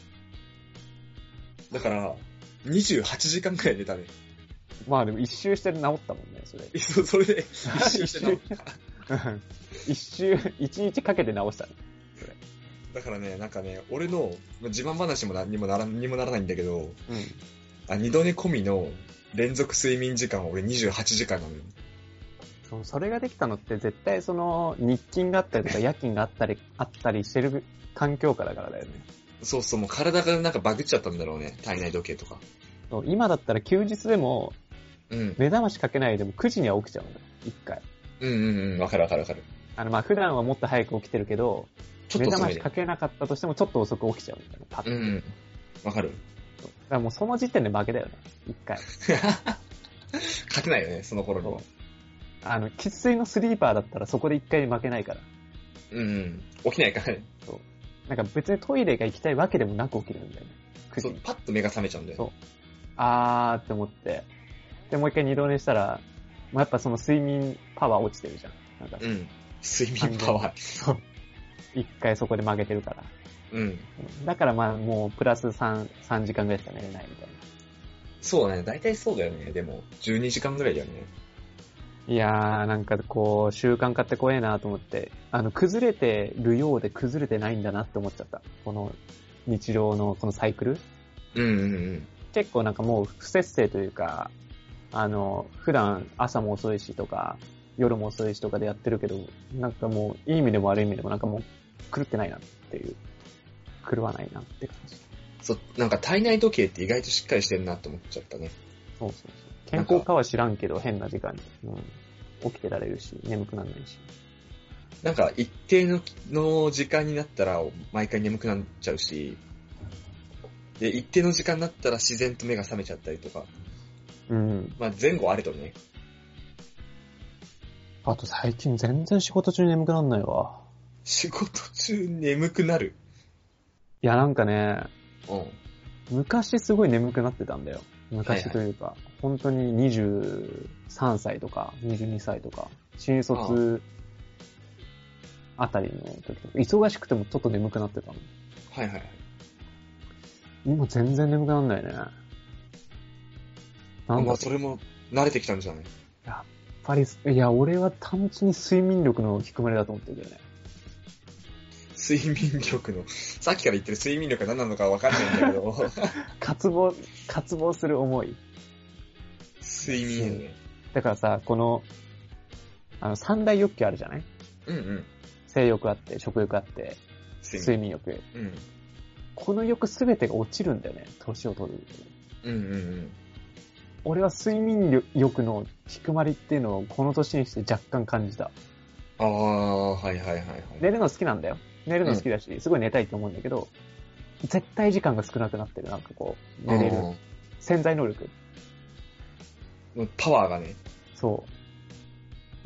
B: だから、にじゅうはちじかんくらい寝たね。
A: まあでも一周して治ったもんね、それ。
B: そそれで、一周して治った。
A: 一周、一日かけて治したね。それ。
B: だからね、なんかね、俺の、自慢話も何にもなら、にもならないんだけど、
A: うん。
B: あ、二度寝込みの連続睡眠時間は俺にじゅうはちじかんなのよ。
A: そう、それができたのって絶対その日勤があったりとか夜勤があったり、あったりしてる環境下だからだよね。
B: そうそう、もう体がなんかバグっちゃったんだろうね。体内時計とか。
A: そう今だったら休日でも、
B: うん。
A: 目覚ましかけないでもくじには起きちゃうんだよ。一回。
B: うんうんうん、わかるわかるわかる。
A: あの、まあ、普段はもっと早く起きてるけど、目
B: ちょっと遅めで。
A: 覚ましかけなかったとしてもちょっと遅く起きちゃうんだよね。パッと。
B: うんうん。わかる。
A: そうだからもうその時点で負けだよね。一回。
B: 勝てないよね、その頃に
A: そう。あの、喫水のスリーパーだったらそこで一回負けないから。
B: うんうん。起きないからね。
A: そう。なんか別にトイレが行きたいわけでもなく起きるんだよね。くじ
B: そう、パッと目が覚めちゃうんだよ。
A: そう。あーって思って。で、もう一回二度寝したら、もうやっぱその睡眠パワー落ちてるじゃん。なんか、
B: うん。睡眠パワー。
A: そう。一回そこで負けてるから。
B: うん。
A: だからまあもうプラス三、三時間ぐらいしか寝れないみたいな。
B: そうだね。大体そうだよね。でも、じゅうにじかんぐらいだよね。
A: いやー、なんかこう、習慣化って怖えなと思って、あの、崩れてるようで崩れてないんだなって思っちゃった。この日常のこのサイクル。
B: うんうんうん。
A: 結構なんかもう不節制というか、あの、普段朝も遅いしとか、夜も遅いしとかでやってるけど、なんかもういい意味でも悪い意味でもなんかもう狂ってないなっていう。狂わないなって感じ。
B: そう、なんか体内時計って意外としっかりしてるなって思っちゃったね。
A: そうそうそう。健康かは知らんけど変な時間に、うん、起きてられるし、眠くならないし。
B: なんか一定のの時間になったら毎回眠くなっちゃうし、で、一定の時間になったら自然と目が覚めちゃったりとか。
A: うん。
B: まあ前後あれとね。
A: あと最近全然仕事中に眠くなんないわ。
B: 仕事中眠くなる。
A: いやなんかね、
B: うん。
A: 昔すごい眠くなってたんだよ。昔というか、はいはい、本当ににじゅうさんさいとかにじゅうにさいとか、新卒あたりの時とか、忙しくてもちょっと眠くなってたの。
B: はいはいはい。
A: 今全然眠くなんないね。
B: なんかそれも慣れてきたんじゃない？
A: やっぱり、いや、俺は単純に睡眠力の低まりだと思ってるけどね。
B: 睡眠力の、さっきから言ってる睡眠力が何なのかわかんないんだけど。
A: 渇望、渇望する思い。
B: 睡眠ね。
A: だからさ、この、あの、三大欲求あるじゃない？
B: うんうん。
A: 性欲あって、食欲あって、睡眠欲。
B: うん。
A: この欲すべてが落ちるんだよね、年を取る。
B: うんうんうん。
A: 俺は睡眠欲の低まりっていうのをこの年にして若干感じた。
B: ああ、はいはいはいはい。
A: 寝るの好きなんだよ。寝るの好きだし、うん、すごい寝たいと思うんだけど、絶対時間が少なくなってる。なんかこう、寝れる。潜在能力。
B: パワーがね。
A: そう。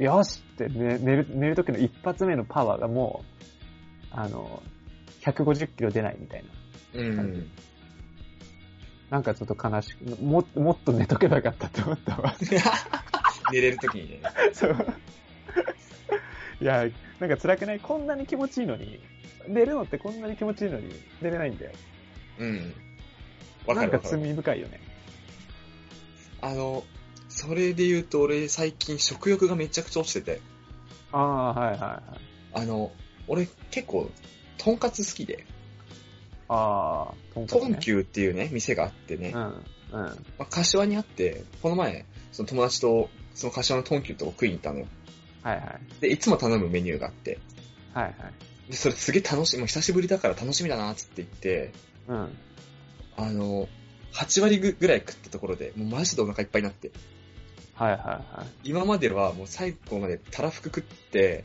A: よしって、ね、寝る、寝る時の一発目のパワーがもう、あの、ひゃくごじゅっキロ出ないみたいな。うん。なんかちょっと悲しく、も、もっと寝とけばよかったって思ったわ。
B: 寝れる時にね。
A: そう。いや、なんか辛くない？こんなに気持ちいいのに。寝るのってこんなに気持ちいいのに寝れないんだよ。
B: うん。
A: わかる。なんか罪深いよね。
B: あの、それで言うと俺最近食欲がめちゃくちゃ落ちてて。
A: ああ、はいはいはい。
B: あの、俺結構、とんかつ好きで。
A: ああ、とんかつ、ね。
B: トンキューっていうね、店があってね。
A: うん。うん。ま
B: あ、柏にあって、この前、その友達と、その柏のトンキューと食いに行ったのよ。
A: はいはい。
B: で、いつも頼むメニューがあって。
A: はいはい。
B: で、それすげえ楽しい、もう久しぶりだから楽しみだなーつって言って、
A: うん。
B: あの、はち割ぐらい食ったところで、もうマジでお腹いっぱいになって。
A: はいはいはい。
B: 今まではもう最後までたらふく食って、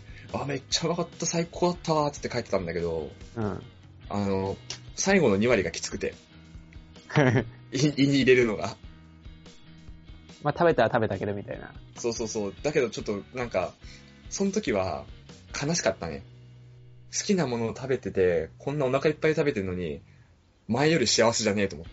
B: あ、めっちゃうまかった、最高だったわーつって帰ってたんだけど、
A: うん。
B: あの、最後のに割がきつくて。胃に入れるのが。
A: まあ食べたら食べたけどみたいな。
B: そうそうそう。だけどちょっとなんか、その時は悲しかったね。好きなものを食べてて、こんなお腹いっぱい食べてるのに、前より幸せじゃねえと思って。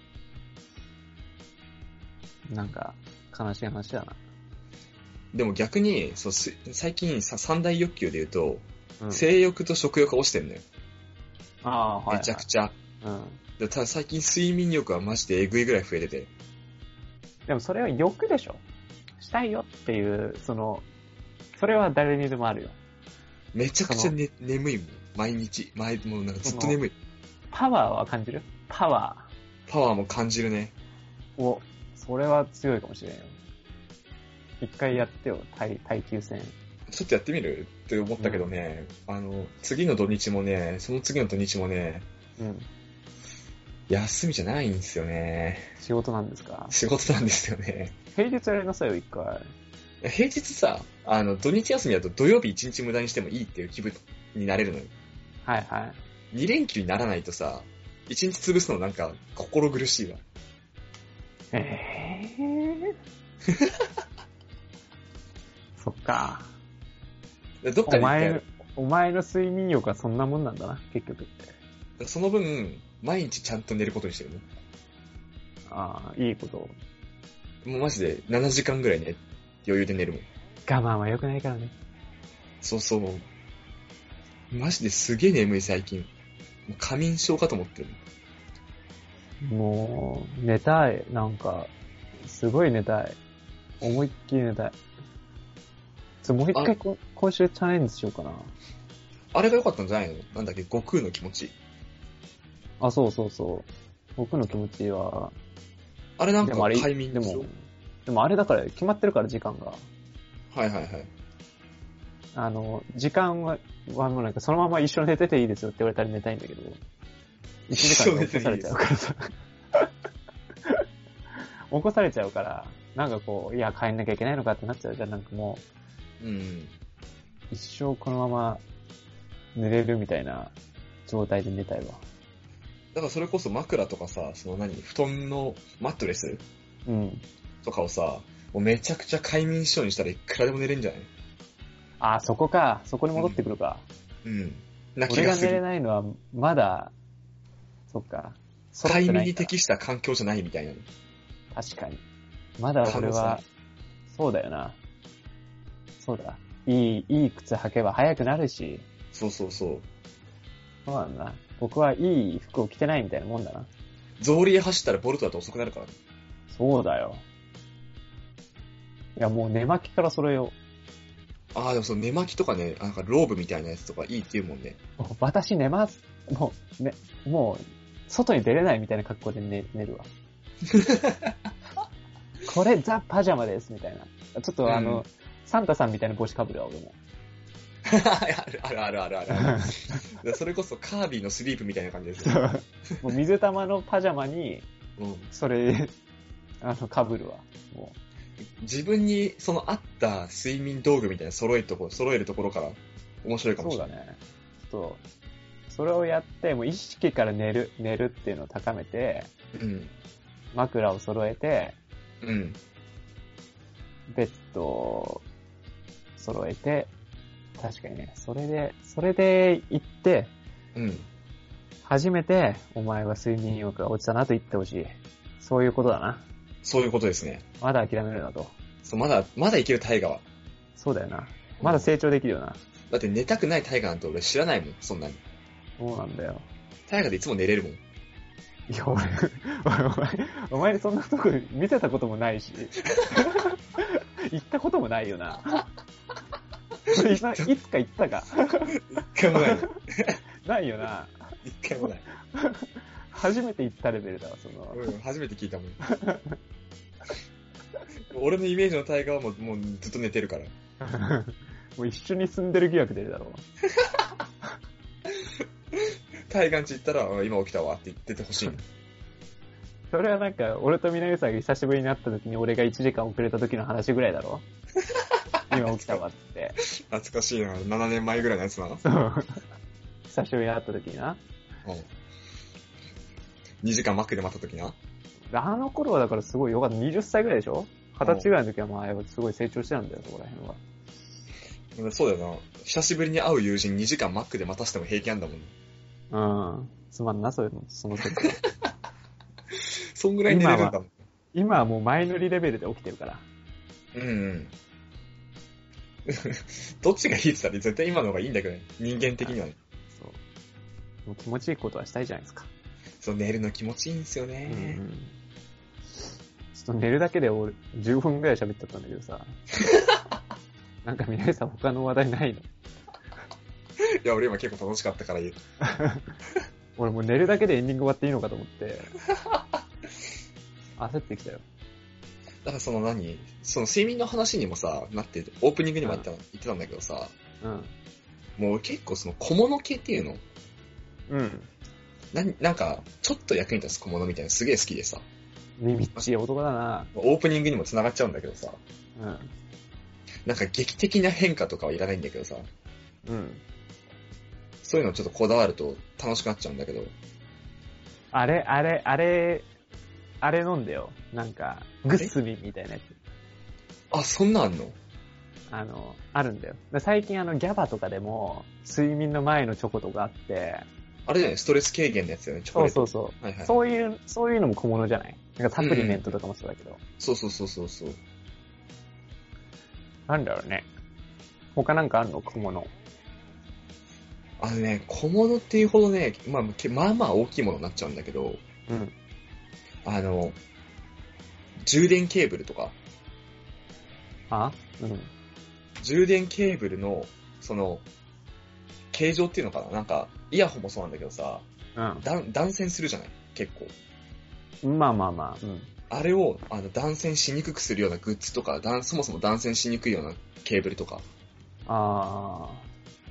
A: なんか、悲しい話だな。
B: でも逆に、そう最近さ三大欲求で言うと、
A: うん、
B: 性欲と食欲が落ちてんのよ。
A: ああ、はい、はい。
B: めちゃくちゃ。
A: うん。
B: でただ最近睡眠欲はマジでえぐいぐらい増えてて。
A: でもそれは欲でしょ。したいよっていう、その、それは誰にでもあるよ。
B: めちゃくちゃ、ね、眠いもん。毎日。毎、もうなんかずっと眠い。
A: パワーは感じる？パワ
B: ー。パワーも感じるね。
A: お、それは強いかもしれんよ。一回やってよ、耐、耐久戦。
B: ちょっとやってみるって思ったけどね、うん、あの、次の土日もね、その次の土日もね、
A: うん。
B: 休みじゃないんですよね。
A: 仕事なんですか？
B: 仕事なんですよね。
A: 平日やりなさいよ、一回。
B: 平日さ、あの、土日休みだと土曜日一日無駄にしてもいいっていう気分になれるのよ。
A: はいはい。
B: 二連休にならないとさ、一日潰すのなんか心苦しいわ。
A: えー。そっか。
B: どっかで
A: お前の、お前の睡眠欲はそんなもんなんだな、結局って。
B: その分、毎日ちゃんと寝ることにしてるね。
A: ああ、いいこと。
B: もうマジでななじかんぐらいね、余裕で寝るもん。
A: 我慢は良くないからね。
B: そうそう。マジですげえ眠い最近。もう仮眠症かと思ってる。
A: もう、寝たい。なんか、すごい寝たい。思いっきり寝たい。もう一回今週チャレンジしようかな。
B: あれが良かったんじゃないの？なんだっけ、悟空の気持ち。
A: あ、そうそうそう。僕の気持ちは、
B: あれなんか快眠
A: でしょ？でも、でもあれだから決まってるから時間が。
B: はいはいはい。
A: あの、時間はまあもうなんかそのまま一緒に寝てていいですよって言われたら寝たいんだけど、いちじかんで起こされちゃうからさ。起こされちゃうから、なんかこう、いや、帰んなきゃいけないのかってなっちゃうじゃん。なんかも
B: う、うん。
A: 一生このまま寝れるみたいな状態で寝たいわ。
B: だからそれこそ枕とかさ、その何、布団のマットレス
A: うん。
B: とかをさ、もうめちゃくちゃ快眠仕様にしたらいくらでも寝れるんじゃない？
A: あ、そこか。そこに戻ってくるか。
B: うん。うん。な気
A: 俺が寝れ
B: がする。
A: ないのは、まだ、そっか。揃って
B: 快
A: ないから
B: 眠に適した環境じゃないみたいな。
A: 確かに。まだ俺は、そうだよな。そうだ。いい、いい靴履けば速くなるし。
B: そうそうそう。
A: そうなんだ。僕はいい服を着てないみたいなもんだな。
B: 草履で走ったらボルトだと遅くなるからね。
A: そうだよ。いや、もう寝巻きから揃えよ
B: ああ、でもその寝巻きとかね、なんかローブみたいなやつとかいいって言うもんね。
A: う。私寝ます。もう、ね、もう、外に出れないみたいな格好で寝、寝るわ。これザ・パジャマです、みたいな。ちょっとあの、うん、サンタさんみたいな帽子かぶるわ、俺も。
B: あるあるあるあるあるある。それこそカービィのスリープみたいな感じですよ。
A: もう水玉のパジャマに、うん、それ、あの、かぶるわ。もう
B: 自分にその合った睡眠道具みたいな揃えるところ、揃えるところから面白いかもしれない。
A: そうだね。ちょっと、それをやって、もう意識から寝る、寝るっていうのを高めて、
B: うん。
A: 枕を揃えて、
B: うん。
A: ベッドを揃えて、確かにね、それで、それで行って、
B: うん。
A: 初めて、お前は睡眠欲が落ちたなと言ってほしい。そういうことだな。
B: そういうことですね。
A: まだ諦めるなと。
B: そう、まだ、まだいけるタイガは。
A: そうだよな。まだ成長できるよな。うん、
B: だって寝たくないタイガなんて俺知らないもん、そんなに。
A: そうなんだよ。
B: タイガでいつも寝れるもん。
A: いや、俺、お前、お前にそんなとこ見せたこともないし、行ったこともないよな。いつか行ったか。
B: 一回もない。
A: ないよな。
B: 一回もない。
A: 初めて行ったレベルだわ、その。
B: うん、初めて聞いたもん。俺のイメージのタイガーはもう、もうずっと寝てるから。
A: もう一緒に住んでる疑惑出るだろう。
B: タイガーんち行ったら、今起きたわって言っててほしい。
A: それはなんか、俺と南さんが久しぶりに会った時に俺がいちじかん遅れた時の話ぐらいだろ。今起きたわって。
B: 懐かしいな。ななねんまえぐらいのやつな。
A: そう。久しぶりに会った時にな。
B: うん。にじかんマックで待った時な。
A: あの頃はだからすごいよかった。はたちぐらいでしょ？はたちぐらいの時はまあ、すごい成長してたんだよ、そこら辺
B: は。そうだよな。久しぶりに会う友人にじかんマックで待たせても平気なんだも
A: ん。うん。つまんな、そういうの、その時は。
B: そんぐらい寝れるんだもん。
A: 今は、今はもう前乗りレベルで起きてるから。
B: うんうん。どっちがいいって言ったら絶対今の方がいいんだけどね。人間的にはね。
A: そう。もう気持ちいいことはしたいじゃないですか。
B: そう、寝るの気持ちいいんですよね。
A: うん。ちょっと寝るだけで俺じゅうふんぐらい喋っちゃったんだけどさ。なんか皆さん他の話題ないの？い
B: や、俺今結構楽しかったから言う。
A: 俺もう寝るだけでエンディング終わっていいのかと思って。焦ってきたよ。
B: だからその何その睡眠の話にもさ、なって、オープニングにもあった、うん、言ってたんだけどさ、
A: うん。
B: もう結構その小物系っていうの
A: うん。
B: な、なんか、ちょっと役に立つ小物みたいなすげえ好きでさ。
A: 耳っちい男だな。
B: オープニングにも繋がっちゃうんだけどさ。
A: うん。
B: なんか劇的な変化とかはいらないんだけどさ。
A: うん。
B: そういうのちょっとこだわると楽しくなっちゃうんだけど。
A: あれ、あれ、あれ、あれ飲んでよ。なんか、グッスミみたいなやつ。
B: あ、そんなあんの？
A: あの、あるんだよ。最近あの、ギャバとかでも、睡眠の前のチョコとかあって、
B: あれじゃないストレス軽減のやつだよね、チョコレート。
A: そうそうそう。はいはい、そういう、そういうのも小物じゃない？なんかサプリメントとかもそうだけど。うん、
B: そうそうそうそうそう。
A: なんだろうね。他なんかあるの小物。
B: あのね、小物っていうほどね、まあ、まあまあ大きいものになっちゃうんだけど、
A: うん。
B: あの、充電ケーブルとか。
A: あ？うん。
B: 充電ケーブルの、その、形状っていうのかななんか、イヤホンもそうなんだけどさ、
A: うん。
B: 断、断線するじゃない結構。
A: まあまあまあ、うん。
B: あれを、あの、断線しにくくするようなグッズとか、そもそも断線しにくいようなケーブルとか。
A: あ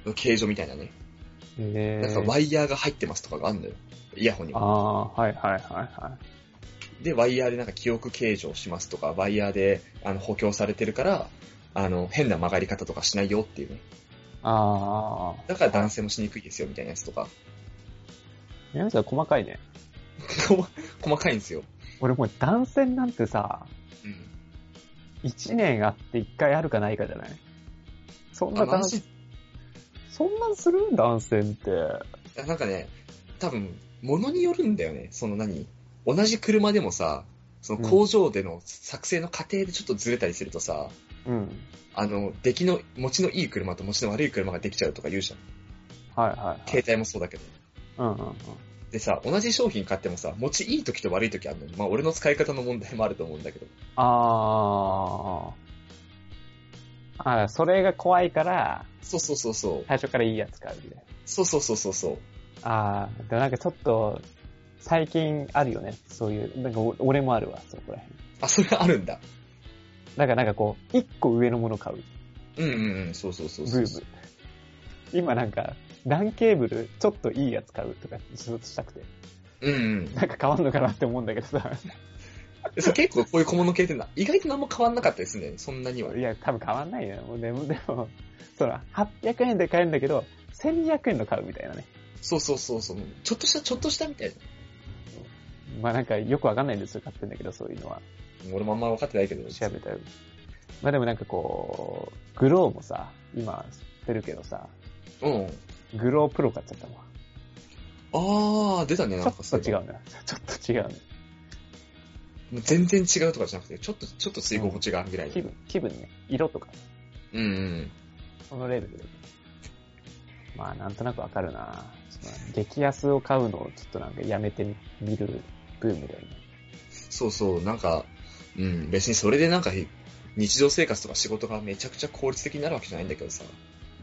B: の形状みたいなね。
A: へ
B: なんかワイヤーが入ってますとかがあるのよ。イヤホンに
A: あ
B: も。
A: あ、はいはいはいは
B: で、ワイヤーでなんか記憶計上しますとか、ワイヤーであの補強されてるから、あの、変な曲がり方とかしないよっていうね。
A: い。ああ。
B: だから男性もしにくいですよみたいなやつとか。
A: 皆さん細かいね。
B: 細かいんですよ。
A: 俺もう断線なんてさ、
B: うん。
A: 一年あって一回あるかないかじゃない？そんな
B: あ、マ
A: 断
B: ジ
A: そんなんする断線って。
B: なんかね、多分、物によるんだよね。その何同じ車でもさ、その工場での作成の過程でちょっとずれたりするとさ、
A: うん。
B: あの、出来の、持ちのいい車と持ちの悪い車ができちゃうとか言うじゃん。
A: はいはい、はい。
B: 携帯もそうだけど。
A: うんうんうん。
B: でさ、同じ商品買ってもさ、持ちいい時と悪い時あるのに、まあ俺の使い方の問題もあると思うんだけど。
A: ああ。ああ、それが怖いから、
B: そうそうそうそう。
A: 最初からいいやつ買うみたいな。
B: そうそうそうそうそう。
A: ああ、でもなんかちょっと、最近あるよね。そういう、なんか俺もあるわ、そこら辺。
B: あ、それあるんだ。
A: なんかなんかこう、一個上のもの買う。
B: うんうんうん、そうそうそう
A: ブ
B: そう。
A: ーム。今なんか、ランケーブル、ちょっといいやつ買うとか、ちょっとしたくて。
B: うんうん。
A: なんか変わんのかなって思うんだけどさ。
B: そう結構こういう小物系ってな、意外と何も変わんなかったですね、そんなには。
A: いや、多分変わんないよ。もうでも、でも、そら、はっぴゃくえんで買えるんだけど、せんにひゃくえんの買うみたいなね。
B: そうそうそうそう。ちょっとした、ちょっとしたみたいな。
A: まあなんかよくわかんないんですよ、買ってんだけど、そういうのは。
B: 俺もあんま分かってないけど。
A: 調べたよ。まあでもなんかこう、グローもさ、今知ってるけどさ、
B: うん。
A: グロープロ買っちゃったもん。
B: あー、出たね、なんか
A: ちょっと違うんだよ。ちょっと違うんだよ。
B: 全然違うとかじゃなくて、ちょっと、ちょっと吸い心地がぐらい、うん、
A: 気分、気分ね。色とか。
B: うんうん。
A: そのレベルで。まあなんとなくわかるな。激安を買うのをちょっとなんかやめてみるブームだよね。
B: そうそう、なんか、うん、別にそれでなんか日常生活とか仕事がめちゃくちゃ効率的になるわけじゃないんだけどさ。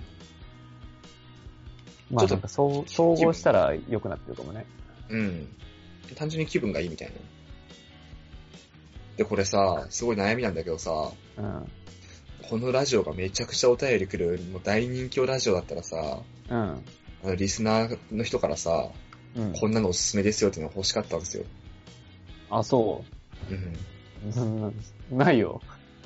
A: まあなんかそう、総合したら良くなってるかもね。
B: うん。単純に気分がいいみたいな。で、これさ、すごい悩みなんだけどさ、
A: うん。
B: このラジオがめちゃくちゃお便り来る、もう大人気ラジオだったらさ、
A: うん。
B: あの、リスナーの人からさ、うん、こんなのおすすめですよっていうのが欲しかったんですよ。
A: あ、そう。うん。ないよ。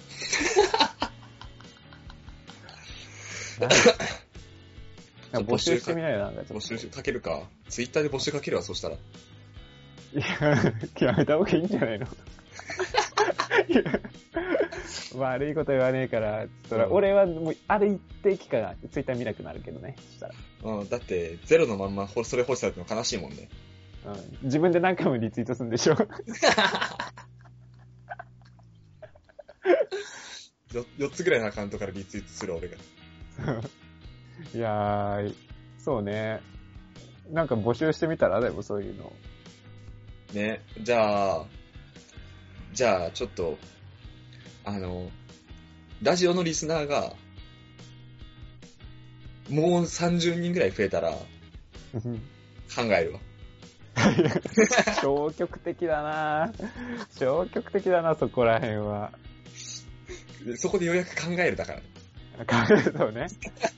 A: 募集してみないよ、なんか
B: 募集かけるか。ツイッターで募集かけるわ、そしたら。
A: いや、やめた方がいいんじゃないの悪いこと言わねえから、そら、うん、俺はもう、ある一定期間、ツイッター見なくなるけどね、そしたら。
B: うん、だって、ゼロのまんま、それ欲しされての悲しいもんね。
A: うん、自分で何回もリツイートするんでしょ
B: よ。よっつぐらいのアカウントからリツイートする俺が。
A: いやー、そうね。なんか募集してみたら、でもそういうの。
B: ね、じゃあ、じゃあ、ちょっと、あの、ラジオのリスナーが、もうさんじゅうにんぐらい増えたら、考えるわ。
A: 消極的だな消極的だな、そこら辺は。
B: そこでようやく考えるだから。
A: 考えるとね。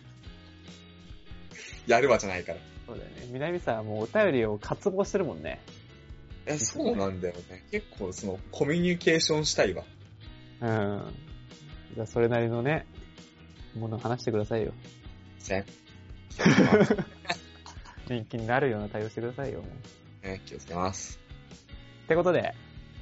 B: やるわじゃないから。
A: そうだよね。南さんはもうお便りを渇望してるもんね。
B: え、そうなんだよね。結構そのコミュニケーションしたいわ。
A: うん。じゃあそれなりのね、もの話してくださいよ。
B: せん。
A: 人気になるような対応してくださいよ。
B: ね、気をつけます。
A: ってことで。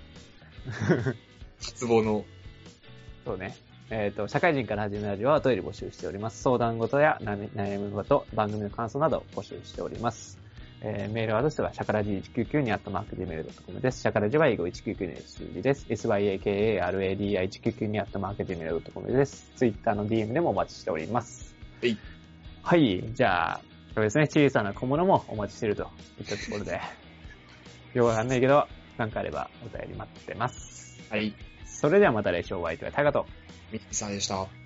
B: 渇望の。
A: そうね。えっ、ー、と、社会人から始めるラジオはお便り募集しております。相談事や悩み事、番組の感想など募集しております。えー、メールアドレスは、シャカラジいちきゅうきゅうにアットマークジーメールドットコム です。シャカラジは英語いちきゅうきゅうの数字です。エスワイエーケーエーアールエーディーアイいちきゅうきゅうにアットマークジーメールドットコム です。ツイッターの ディーエム でもお待ちしております。
B: はい。
A: はい。じゃあ、そうですね。小さな小物もお待ちしているといったところで。よくわかんないけど、なんかあればお便り待ってます。
B: はい。
A: それではまた来週お会いいたいタガと。
B: ミッキーさんでした。